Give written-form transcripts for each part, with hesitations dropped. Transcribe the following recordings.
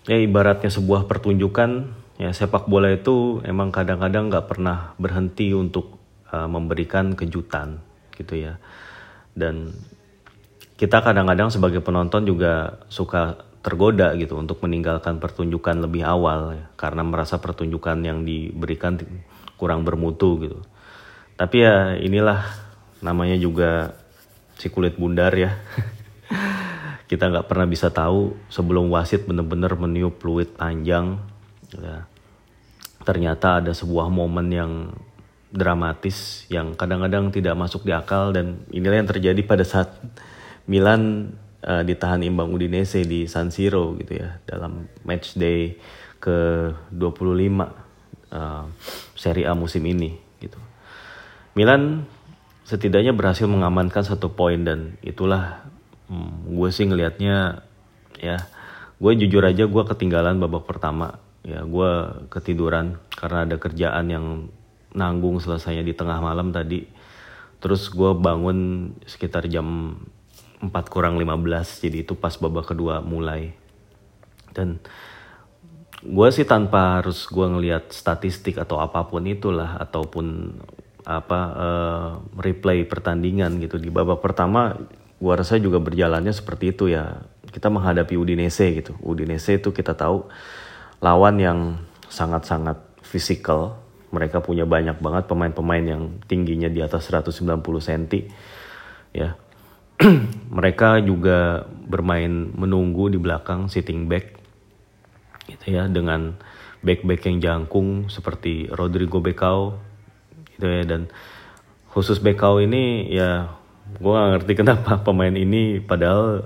ya ibaratnya sebuah pertunjukan, ya sepak bola itu emang kadang-kadang nggak pernah berhenti untuk memberikan kejutan gitu ya. Dan kita kadang-kadang sebagai penonton juga suka tergoda gitu untuk meninggalkan pertunjukan lebih awal ya, karena merasa pertunjukan yang diberikan kurang bermutu gitu. Tapi ya inilah namanya juga si kulit bundar ya. Kita nggak pernah bisa tahu sebelum wasit benar-benar meniup peluit panjang ya. Ternyata ada sebuah momen yang dramatis yang kadang-kadang tidak masuk di akal, dan inilah yang terjadi pada saat Milan ditahan imbang Udinese di San Siro gitu ya, dalam match day ke-25 Serie A musim ini gitu. Milan setidaknya berhasil mengamankan 1 poin, dan itulah gue sih ngelihatnya ya, gue jujur aja gue ketinggalan babak pertama ya, gue ketiduran karena ada kerjaan yang nanggung selesainya di tengah malam tadi. Terus gue bangun sekitar jam 4:15, jadi itu pas babak kedua mulai. Dan gue sih tanpa harus gue ngelihat statistik atau apapun itulah, ataupun replay pertandingan gitu, di babak pertama gue rasa juga berjalannya seperti itu ya. Kita menghadapi Udinese gitu. Udinese itu kita tahu lawan yang sangat-sangat fisikal. Mereka punya banyak banget pemain-pemain yang tingginya di atas 190 cm ya. Mereka juga bermain menunggu di belakang, sitting back gitu ya, dengan back-back yang jangkung seperti Rodrigo Becao gitu ya. Dan khusus Becao ini ya, gue gak ngerti kenapa pemain ini, padahal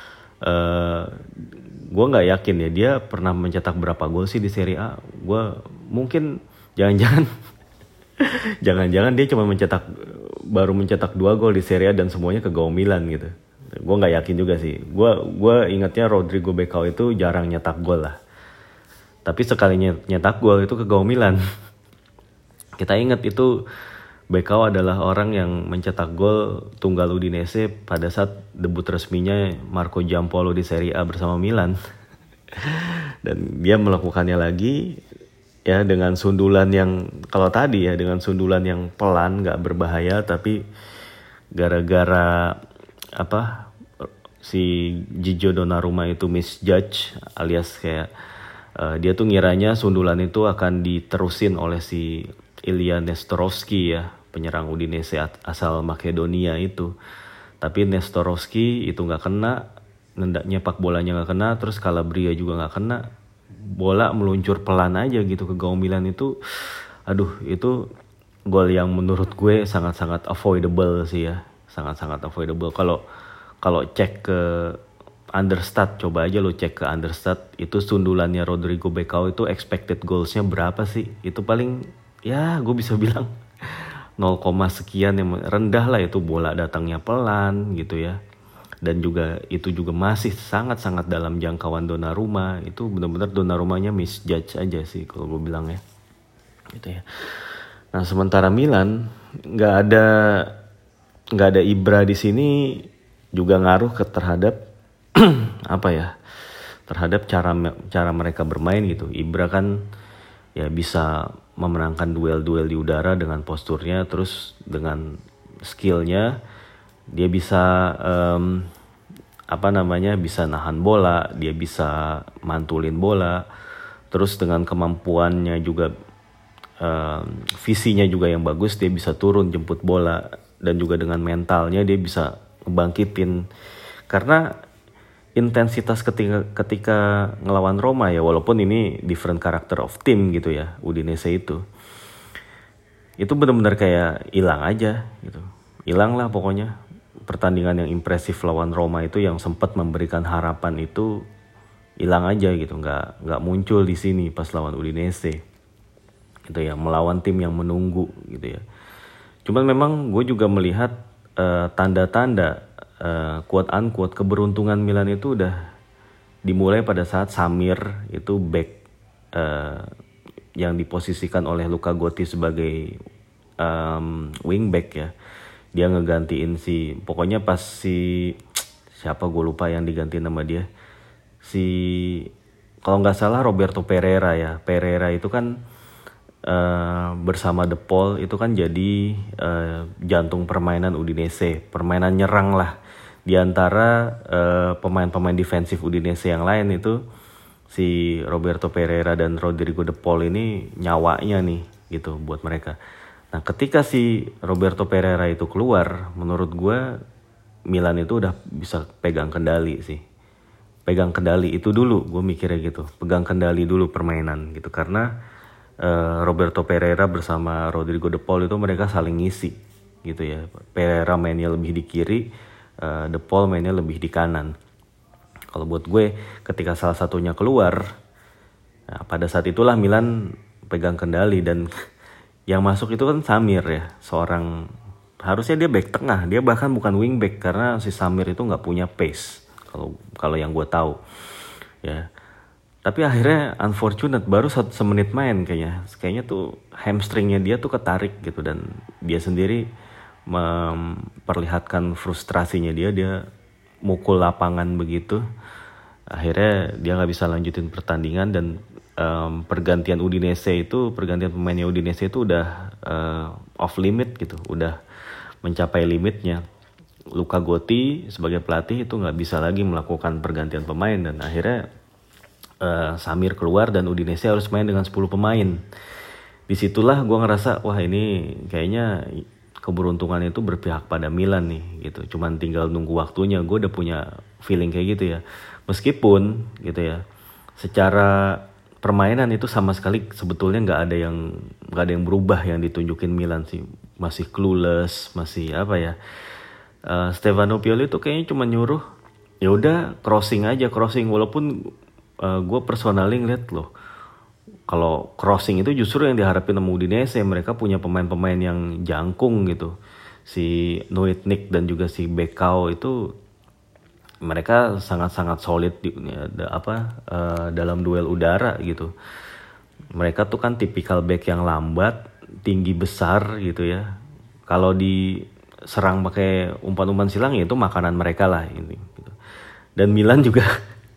gue gak yakin ya dia pernah mencetak berapa gol sih di Serie A. Gue mungkin jangan-jangan dia cuma baru mencetak 2 gol di Serie A dan semuanya ke gawang Milan gitu. Gue gak yakin juga sih. Gue ingatnya Rodrigo Becao itu jarang nyetak gol lah, tapi sekalinya nyetak gol itu ke gawang Milan. Kita ingat itu Becao adalah orang yang mencetak gol tunggal Udinese pada saat debut resminya Marco Giampolo di Serie A bersama Milan. Dan dia melakukannya lagi ya dengan sundulan yang, kalau tadi ya dengan sundulan yang pelan, gak berbahaya, tapi gara-gara si Gigio Donnarumma itu misjudge, alias kayak dia tuh ngiranya sundulan itu akan diterusin oleh si Ilya Nestorovski ya, penyerang Udinese asal Makedonia itu. Tapi Nestorovski itu gak kena, nyepak bolanya gak kena, terus Calabria juga gak kena. Bola meluncur pelan aja gitu ke gawang Milan itu. Aduh, itu gol yang menurut gue sangat-sangat avoidable sih ya. Sangat-sangat avoidable. Kalau cek ke Understat, coba aja lo cek ke Understat, itu sundulannya Rodrigo Becao itu expected goalsnya berapa sih? Itu paling ya gue bisa bilang 0, sekian, yang rendah lah. Itu bola datangnya pelan gitu ya. Dan juga itu juga masih sangat-sangat dalam jangkauan Donnarumma. Itu benar-benar Donnarumanya misjudge aja sih kalau gue bilang ya. Gitu ya. Nah, sementara Milan nggak ada Ibra di sini juga ngaruh terhadap terhadap cara mereka bermain gitu. Ibra kan ya bisa memenangkan duel-duel di udara dengan posturnya, terus dengan skillnya dia bisa bisa nahan bola, dia bisa mantulin bola, terus dengan kemampuannya juga visinya juga yang bagus, dia bisa turun jemput bola, dan juga dengan mentalnya dia bisa ngebangkitin. Karena intensitas ketika ngelawan Roma ya, walaupun ini different character of team gitu ya, Udinese itu benar-benar kayak hilang aja gitu, hilang lah pokoknya. Pertandingan yang impresif lawan Roma itu yang sempat memberikan harapan itu hilang aja gitu, nggak muncul di sini pas lawan Udinese gitu ya, melawan tim yang menunggu gitu ya. Cuman memang gue juga melihat tanda-tanda quote unquote keberuntungan Milan itu udah dimulai pada saat Samir itu back yang diposisikan oleh Luka Gotti sebagai wingback ya. Dia ngegantiin pokoknya pas siapa gue lupa yang digantiin nama dia, si kalau nggak salah Roberto Pereira ya. Pereira itu kan bersama De Paul itu kan jadi jantung permainan Udinese, permainan nyerang lah. Di antara pemain-pemain defensif Udinese yang lain itu si Roberto Pereira dan Rodrigo De Paul ini nyawanya nih gitu buat mereka. Nah ketika si Roberto Pereira itu keluar, menurut gue Milan itu udah bisa pegang kendali sih. Pegang kendali itu dulu, gue mikirnya gitu. Pegang kendali dulu permainan gitu, karena Roberto Pereira bersama Rodrigo De Paul itu mereka saling ngisi gitu ya. Pereira mainnya lebih di kiri, De Paul mainnya lebih di kanan. Kalau buat gue ketika salah satunya keluar, nah pada saat itulah Milan pegang kendali. Dan yang masuk itu kan Samir ya, seorang harusnya dia back tengah, dia bahkan bukan wing back karena si Samir itu nggak punya pace kalau yang gue tahu ya. Tapi akhirnya unfortunate baru semenit main kayaknya tuh hamstringnya dia tuh ketarik gitu, dan dia sendiri memperlihatkan frustrasinya dia mukul lapangan begitu. Akhirnya dia nggak bisa lanjutin pertandingan, dan pergantian pemainnya Udinese itu udah off limit gitu, udah mencapai limitnya. Luca Gotti sebagai pelatih itu nggak bisa lagi melakukan pergantian pemain, dan akhirnya Samir keluar dan Udinese harus main dengan 10 pemain. Disitulah gue ngerasa wah ini kayaknya keberuntungan itu berpihak pada Milan nih gitu. Cuman tinggal nunggu waktunya, gue udah punya feeling kayak gitu ya. Meskipun gitu ya, secara permainan itu sama sekali sebetulnya nggak ada yang berubah yang ditunjukin Milan sih. Masih clueless, masih apa ya. Stefano Pioli tuh kayaknya cuma nyuruh ya udah crossing walaupun gue personally ngeliat loh, kalau crossing itu justru yang diharapin sama Udinese. Mereka punya pemain-pemain yang jangkung gitu, si Noitnik dan juga si Bekau itu mereka sangat-sangat solid dalam duel udara gitu. Mereka tuh kan tipikal back yang lambat, tinggi besar gitu ya. Kalau diserang pakai umpan-umpan silang ya itu makanan mereka lah ini gitu. Dan Milan juga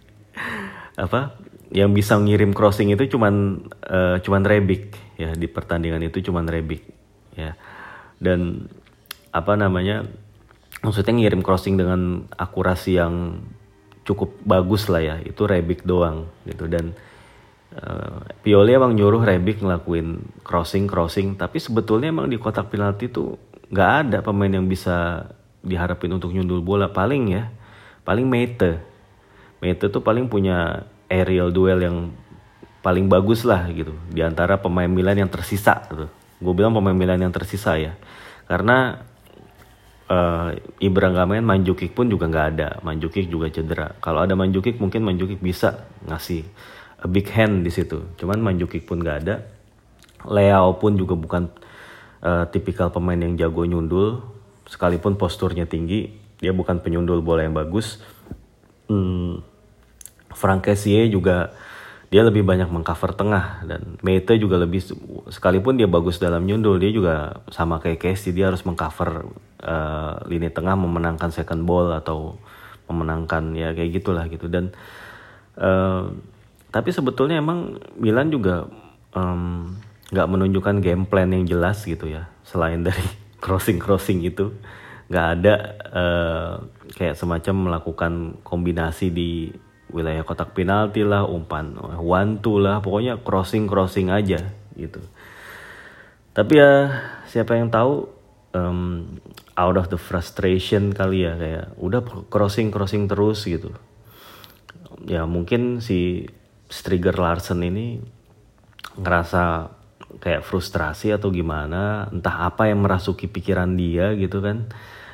yang bisa ngirim crossing itu cuman Rebic ya, di pertandingan itu cuman Rebic ya. Dan maksudnya ngirim crossing dengan akurasi yang cukup bagus lah ya, itu Rebic doang gitu. Dan Pioli emang nyuruh Rebic ngelakuin crossing, tapi sebetulnya emang di kotak penalti tuh nggak ada pemain yang bisa diharapin untuk nyundul bola. Paling Mete tuh paling punya aerial duel yang paling bagus lah gitu di antara pemain Milan yang tersisa gitu. Gue bilang pemain Milan yang tersisa ya, karena Ibra nggak main, Mandzukic pun juga nggak ada. Mandzukic juga cedera. Kalau ada Mandzukic mungkin Mandzukic bisa ngasih a big hand di situ. Cuman Mandzukic pun nggak ada. Leao pun juga bukan tipikal pemain yang jago nyundul, sekalipun posturnya tinggi, dia bukan penyundul bola yang bagus. Franck Kessié juga dia lebih banyak mengcover tengah, dan Mete juga lebih, sekalipun dia bagus dalam nyundul, dia juga sama kayak Kessie, dia harus mengcover lini tengah, memenangkan second ball atau memenangkan ya kayak gitulah gitu. Dan tapi sebetulnya emang Milan juga nggak menunjukkan game plan yang jelas gitu ya, selain dari crossing itu nggak ada kayak semacam melakukan kombinasi di wilayah kotak penalti lah, umpan one two lah, pokoknya crossing aja gitu. Tapi ya siapa yang tahu out of the frustration kali ya, kayak udah crossing terus gitu. Ya mungkin si Striger Larsen ini ngerasa kayak frustrasi atau gimana, entah apa yang merasuki pikiran dia gitu kan.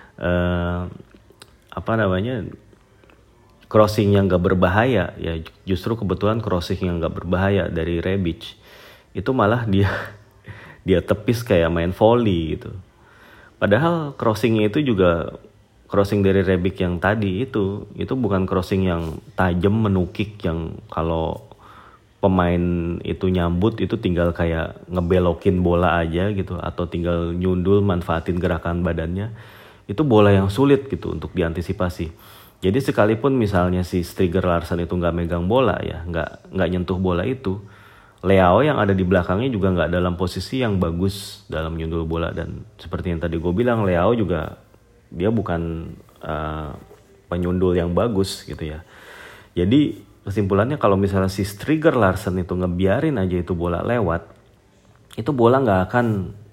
Crossing yang gak berbahaya ya, justru kebetulan crossing yang gak berbahaya dari Rebic itu malah dia tepis kayak main volley gitu. Padahal crossingnya itu juga crossing dari Rebic yang tadi itu bukan crossing yang tajam menukik, yang kalau pemain itu nyambut itu tinggal kayak ngebelokin bola aja gitu, atau tinggal nyundul manfaatin gerakan badannya. Itu bola yang sulit gitu untuk diantisipasi. Jadi sekalipun misalnya si Striger Larsen itu nggak megang bola ya, nggak nyentuh bola itu, Leao yang ada di belakangnya juga nggak dalam posisi yang bagus dalam nyundul bola. Dan seperti yang tadi gue bilang, Leao juga dia bukan penyundul yang bagus gitu ya. Jadi kesimpulannya kalau misalnya si Striger Larsen itu ngebiarin aja itu bola lewat, itu bola nggak akan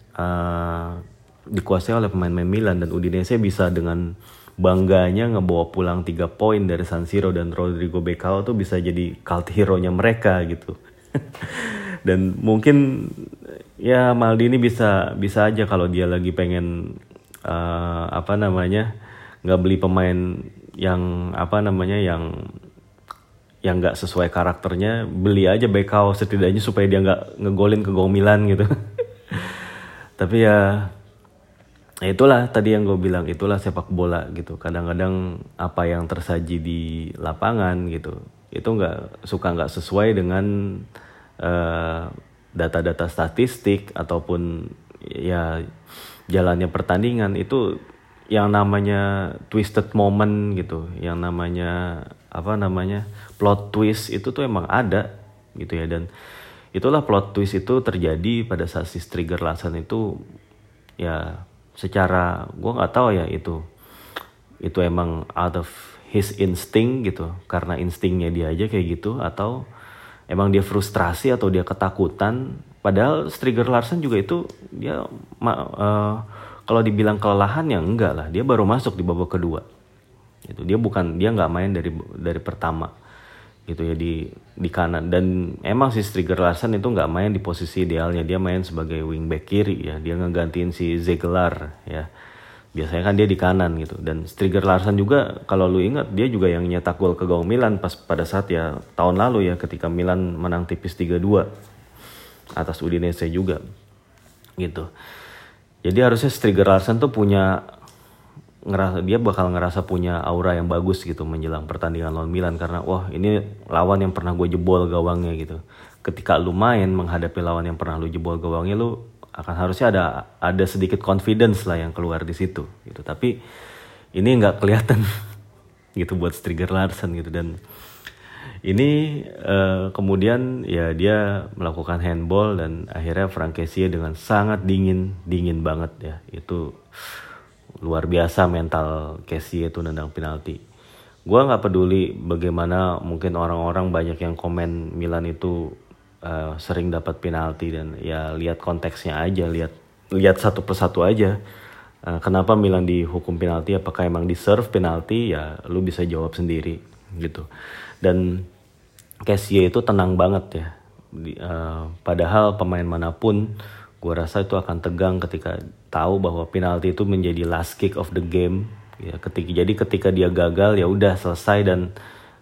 dikuasai oleh pemain-pemain Milan, dan Udinese bisa dengan bangganya ngebawa pulang 3 poin dari San Siro, dan Rodrigo Becao tuh bisa jadi cult hero-nya mereka gitu. Dan mungkin ya Maldini bisa aja kalau dia lagi pengen nggak beli pemain yang yang nggak sesuai karakternya, beli aja Becao setidaknya supaya dia nggak ngegolin ke gawang Milan gitu. Tapi ya itulah tadi yang gue bilang, itulah sepak bola gitu. Kadang-kadang apa yang tersaji di lapangan gitu, itu nggak sesuai dengan data-data statistik ataupun ya jalannya pertandingan. Itu yang namanya twisted moment gitu, yang namanya plot twist itu tuh emang ada gitu ya. Dan itulah plot twist itu terjadi pada saat si Striger Larsen itu ya secara gue nggak tahu ya itu emang out of his instinct gitu, karena instingnya dia aja kayak gitu, atau emang dia frustrasi atau dia ketakutan. Padahal Striger Larsen juga itu dia kalau dibilang kelelahan ya enggak lah, dia baru masuk di babak kedua gitu. Dia nggak main dari pertama gitu ya di kanan. Dan emang si Striger Larsen itu nggak main di posisi idealnya, dia main sebagai wingback kiri ya, dia ngegantiin si Zegelar ya, biasanya kan dia di kanan gitu. Dan Striger Larsen juga kalau lu ingat, dia juga yang nyetak gol ke gawang Milan pas pada saat ya tahun lalu ya, ketika Milan menang tipis 3-2 atas Udinese juga gitu. Jadi harusnya Striger Larsen tuh dia bakal ngerasa punya aura yang bagus gitu menjelang pertandingan lawan Milan, karena wah ini lawan yang pernah gue jebol gawangnya gitu. Ketika lu main menghadapi lawan yang pernah lu jebol gawangnya, lu akan harusnya ada sedikit confidence lah yang keluar di situ gitu. Tapi ini nggak kelihatan gitu buat Striger Larsen gitu. Dan ini kemudian ya dia melakukan handball, dan akhirnya Franck Kessié dengan sangat dingin banget ya, itu luar biasa mental Kessié itu nendang penalti. Gue nggak peduli bagaimana mungkin orang-orang banyak yang komen Milan itu sering dapat penalti, dan ya lihat konteksnya aja, lihat satu persatu aja. Kenapa Milan dihukum penalti? Apakah emang deserve penalti? Ya lu bisa jawab sendiri gitu. Dan Kessié itu tenang banget ya. Padahal pemain manapun gue rasa itu akan tegang ketika tahu bahwa penalti itu menjadi last kick of the game ya. Ketika dia gagal ya udah selesai, dan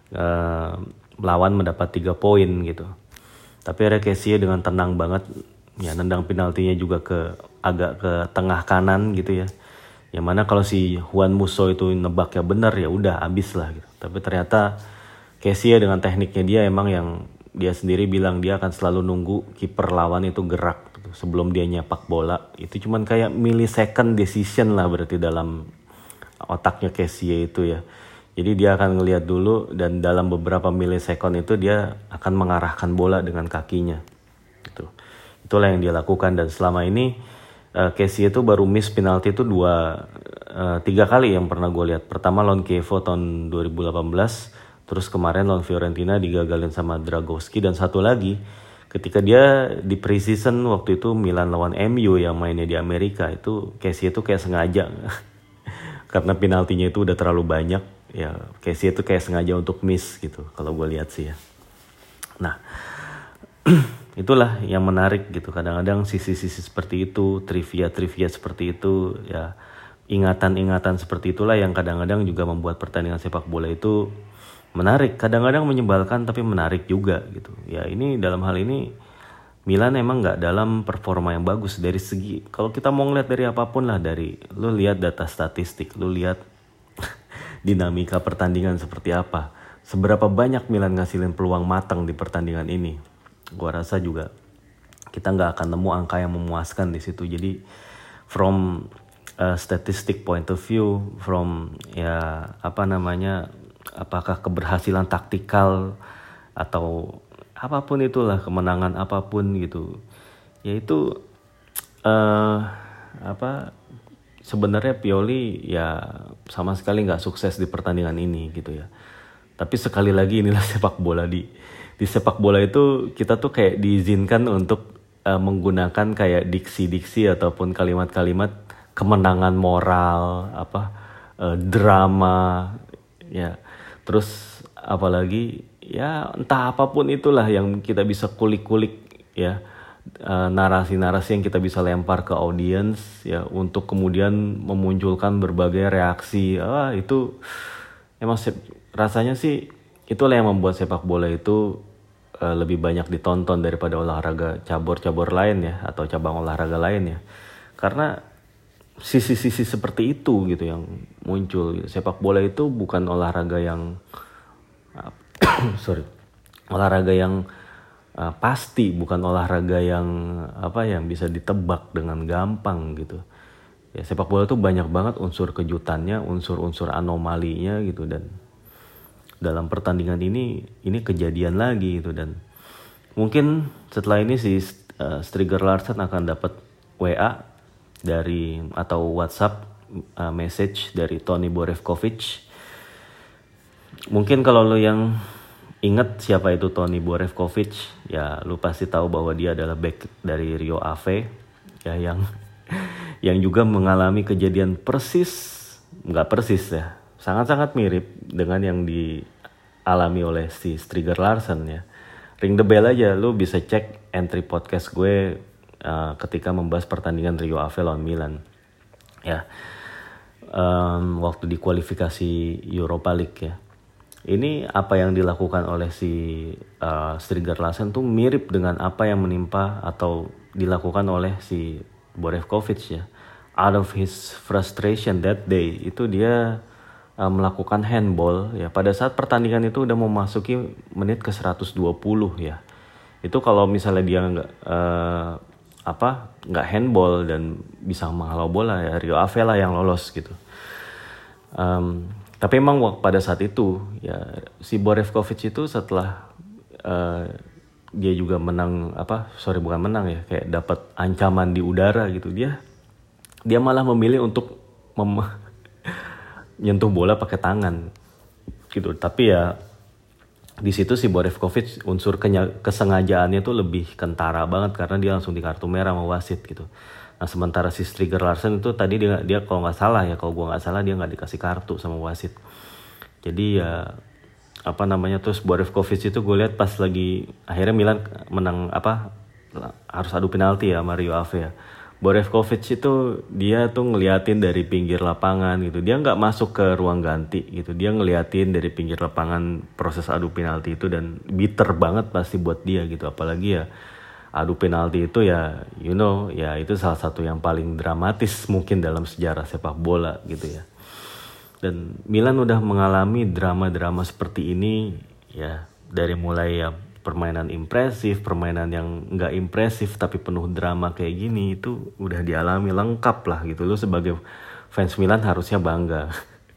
lawan mendapat 3 poin gitu. Tapi Kessié dengan tenang banget ya, nendang penaltinya juga agak ke tengah kanan gitu ya. Yang mana kalau si Juan Musso itu nebaknya benar ya udah abis lah gitu. Tapi ternyata Kessié dengan tekniknya dia emang yang dia sendiri bilang dia akan selalu nunggu kiper lawan itu gerak gitu, sebelum dia nyepak bola. Itu cuman kayak millisecond decision lah berarti dalam otaknya Kessié itu ya. Jadi dia akan ngelihat dulu, dan dalam beberapa millisecond itu dia akan mengarahkan bola dengan kakinya gitu. Itulah yang dia lakukan. Dan selama ini Kessié itu baru miss penalti itu 3 kali yang pernah gue lihat. Pertama lawan Chievo tahun 2018, terus kemarin lawan Fiorentina digagalin sama Dragowski, dan satu lagi ketika dia di preseason waktu itu Milan lawan MU yang mainnya di Amerika, itu Kessié itu kayak sengaja karena penaltinya itu udah terlalu banyak ya, Kessié itu kayak sengaja untuk miss gitu kalau gue lihat sih ya. Nah itulah yang menarik gitu, kadang-kadang sisi-sisi seperti itu, trivia seperti itu ya, ingatan-ingatan seperti itulah yang kadang-kadang juga membuat pertandingan sepak bola itu menarik, kadang-kadang menyebalkan tapi menarik juga gitu ya. Ini dalam hal ini Milan emang nggak dalam performa yang bagus dari segi, kalau kita mau ngeliat dari apapun lah, dari lu lihat data statistik, lu lihat dinamika pertandingan seperti apa, seberapa banyak Milan ngasilin peluang matang di pertandingan ini, gua rasa juga kita nggak akan nemu angka yang memuaskan di situ. Jadi from statistic point of view, from apakah keberhasilan taktikal atau apapun itulah, kemenangan apapun gitu, yaitu sebenarnya Pioli ya sama sekali nggak sukses di pertandingan ini gitu ya. Tapi sekali lagi inilah sepak bola. Di sepak bola itu kita tuh kayak diizinkan untuk menggunakan kayak diksi-diksi ataupun kalimat-kalimat kemenangan moral, drama, ya. Terus apalagi ya entah apapun itulah yang kita bisa kulik-kulik ya, narasi-narasi yang kita bisa lempar ke audiens ya, untuk kemudian memunculkan berbagai reaksi. Itu emang rasanya sih itulah yang membuat sepak bola itu lebih banyak ditonton daripada olahraga cabur-cabur lain ya, atau cabang olahraga lain ya. Karena sisi-sisi seperti itu gitu yang muncul gitu. Sepak bola itu bukan olahraga yang olahraga yang pasti, bukan olahraga yang yang bisa ditebak dengan gampang gitu. Ya, sepak bola tuh banyak banget unsur kejutannya, unsur-unsur anomalinya gitu, dan dalam pertandingan ini kejadian lagi gitu. Dan mungkin setelah ini si Striger Larsen akan dapat WA dari atau WhatsApp message dari Toni Borevkovic. Mungkin kalau lo yang ingat siapa itu Toni Borevkovic, ya lu pasti tahu bahwa dia adalah back dari Rio Ave ya, yang juga mengalami kejadian nggak persis ya, sangat-sangat mirip dengan yang dialami oleh si Striger Larsen ya. Ring the bell aja, lu bisa cek entry podcast gue ketika membahas pertandingan Rio Ave lawan Milan ya, waktu di kualifikasi Europa League ya. Ini apa yang dilakukan oleh si Striger Larsen tuh mirip dengan apa yang menimpa atau dilakukan oleh si Borevkovic ya. Out of his frustration that day, itu dia melakukan handball ya. Pada saat pertandingan itu udah memasuki menit ke 120 ya. Itu kalau misalnya dia nggak handball dan bisa menghalau bola ya, Rio Ave lah yang lolos gitu. Tapi emang pada saat itu ya si Borevkovic itu setelah dia juga bukan menang ya, kayak dapat ancaman di udara gitu, dia malah memilih untuk nyentuh bola pakai tangan gitu. Tapi ya di situ si Borevkovic unsur kesengajaannya tuh lebih kentara banget, karena dia langsung di kartu merah sama wasit gitu. Nah sementara si Striger Larsen itu tadi dia kalau nggak salah ya, kalau gue nggak salah dia nggak dikasih kartu sama wasit. Jadi ya terus Borevkovic itu gue lihat pas lagi akhirnya Milan menang harus adu penalti ya sama Rio Ave ya. Borevkovic itu dia tuh ngeliatin dari pinggir lapangan gitu, dia nggak masuk ke ruang ganti gitu, dia ngeliatin dari pinggir lapangan proses adu penalti itu, dan bitter banget pasti buat dia gitu. Apalagi ya adu penalti itu ya ya itu salah satu yang paling dramatis mungkin dalam sejarah sepak bola gitu ya. Dan Milan udah mengalami drama-drama seperti ini ya, dari mulai ya permainan impresif, permainan yang nggak impresif tapi penuh drama kayak gini, itu udah dialami lengkap lah gitu. Lu sebagai fans Milan harusnya bangga.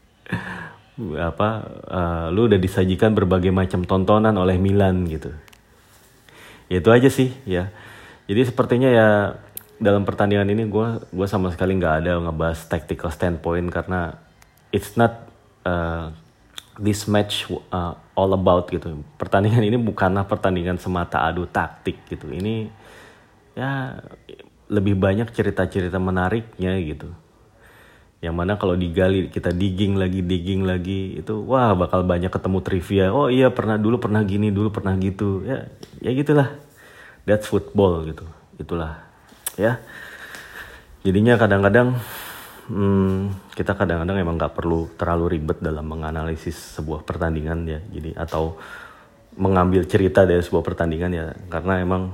Lu udah disajikan berbagai macam tontonan oleh Milan gitu. Ya itu aja sih ya. Jadi sepertinya ya dalam pertandingan ini gue sama sekali nggak ada ngebahas tactical standpoint, karena it's not this match all about gitu. Pertandingan ini bukanlah pertandingan semata adu taktik gitu. Ini ya lebih banyak cerita-cerita menariknya gitu. Yang mana kalau digali, kita digging lagi itu wah bakal banyak ketemu trivia. Oh iya dulu pernah gini, dulu pernah gitu. Ya gitulah. That's football gitu. Itulah ya. Jadinya kadang-kadang kita emang nggak perlu terlalu ribet dalam menganalisis sebuah pertandingan ya. Jadi atau mengambil cerita dari sebuah pertandingan ya, karena emang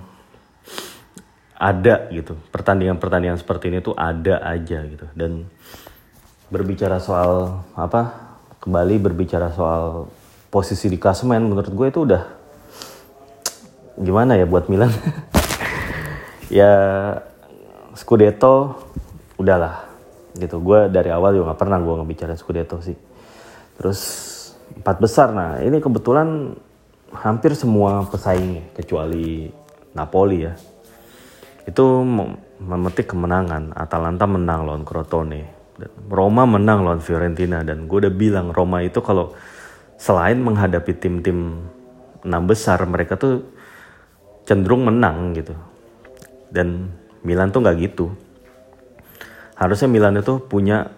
ada gitu. Pertandingan-pertandingan seperti ini tuh ada aja gitu. Dan berbicara soal berbicara soal posisi di klasemen, menurut gue itu udah gimana ya buat Milan. Ya Scudetto udahlah gitu. Gue dari awal juga nggak pernah gue ngebicarain Scudetto sih. Terus 4 besar. Nah ini kebetulan hampir semua pesaing kecuali Napoli ya itu memetik kemenangan. Atalanta menang lawan Crotone, Roma menang lawan Fiorentina, dan gue udah bilang Roma itu kalau selain menghadapi tim-tim 6 besar mereka tuh cenderung menang gitu. Dan Milan tuh nggak gitu. Harusnya Milan itu punya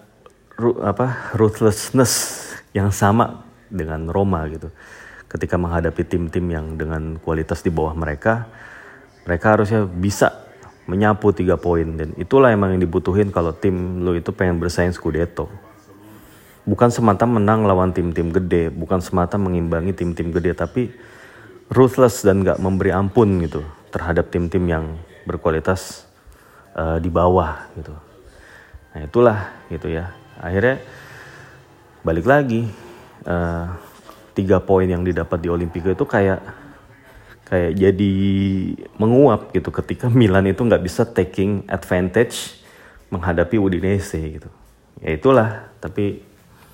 ruthlessness yang sama dengan Roma gitu. Ketika menghadapi tim-tim yang dengan kualitas di bawah mereka harusnya bisa menyapu 3 poin, dan itulah emang yang dibutuhin kalau tim lo itu pengen bersaing Scudetto. Bukan semata menang lawan tim-tim gede, bukan semata mengimbangi tim-tim gede, tapi ruthless dan gak memberi ampun gitu terhadap tim-tim yang berkualitas di bawah gitu. Nah itulah gitu ya. Akhirnya balik lagi 3 poin yang didapat di Olimpico itu kayak jadi menguap gitu ketika Milan itu nggak bisa taking advantage menghadapi Udinese gitu. Ya itulah, tapi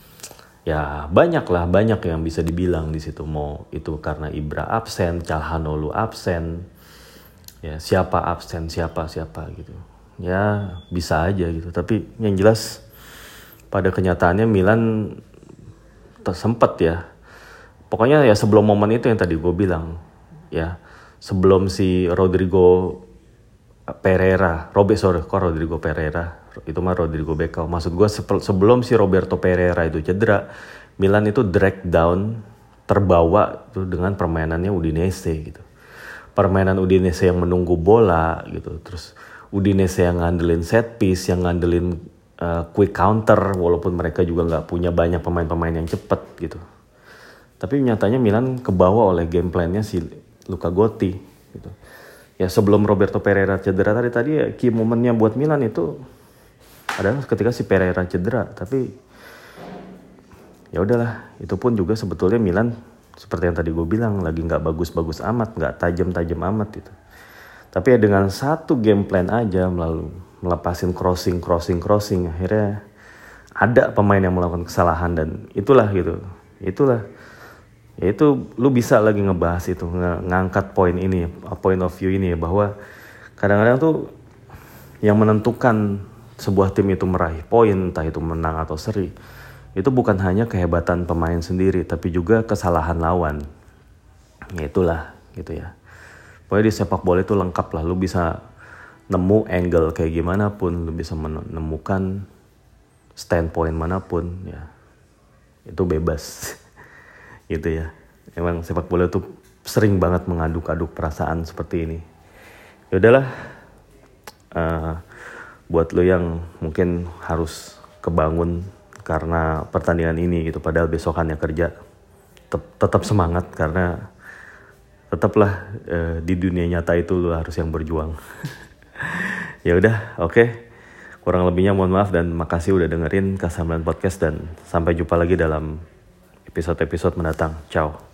ya banyak yang bisa dibilang di situ. Mau itu karena Ibra absen, Calhanoglu absen, ya siapa absen siapa gitu. Ya bisa aja gitu. Tapi yang jelas pada kenyataannya Milan sempat ya. Pokoknya ya sebelum momen itu yang tadi gue bilang. Ya, sebelum si Rodrigo Pereira, Rodrigo Pereira, itu mah Rodrigo Becao. Maksud gue sebelum si Roberto Pereira itu cedera, Milan itu drag down, terbawa tuh dengan permainannya Udinese gitu. Permainan Udinese yang menunggu bola gitu, terus Udinese yang ngandelin set piece, yang ngandelin quick counter, walaupun mereka juga nggak punya banyak pemain-pemain yang cepat gitu. Tapi nyatanya Milan kebawa oleh game plan-nya si Luca Gotti gitu. Ya sebelum Roberto Pereira cedera tadi ya key momennya buat Milan itu adalah ketika si Pereira cedera. Tapi ya udahlah, itu pun juga sebetulnya Milan seperti yang tadi gue bilang lagi nggak bagus-bagus amat, nggak tajam-tajam amat gitu. Tapi ya dengan satu game plan aja melepasin crossing akhirnya ada pemain yang melakukan kesalahan, dan itulah ya itu lu bisa lagi ngebahas itu, ngangkat point of view ini ya, bahwa kadang-kadang tuh yang menentukan sebuah tim itu meraih poin, entah itu menang atau seri, itu bukan hanya kehebatan pemain sendiri, tapi juga kesalahan lawan. Ya itulah gitu ya. Pokoknya di sepak bola itu lengkap lah, lu bisa nemu angle kayak gimana pun, lu bisa menemukan standpoint manapun ya, itu bebas. Gitu ya. Emang sepak bola tuh sering banget mengaduk-aduk perasaan seperti ini. Ya udahlah. Buat lo yang mungkin harus kebangun karena pertandingan ini gitu, padahal besokannya kerja, tetap semangat, karena tetaplah di dunia nyata itu lo harus yang berjuang. Ya udah, oke. Kurang lebihnya mohon maaf dan makasih udah dengerin K9 Podcast, dan sampai jumpa lagi dalam episode-episode mendatang. Ciao.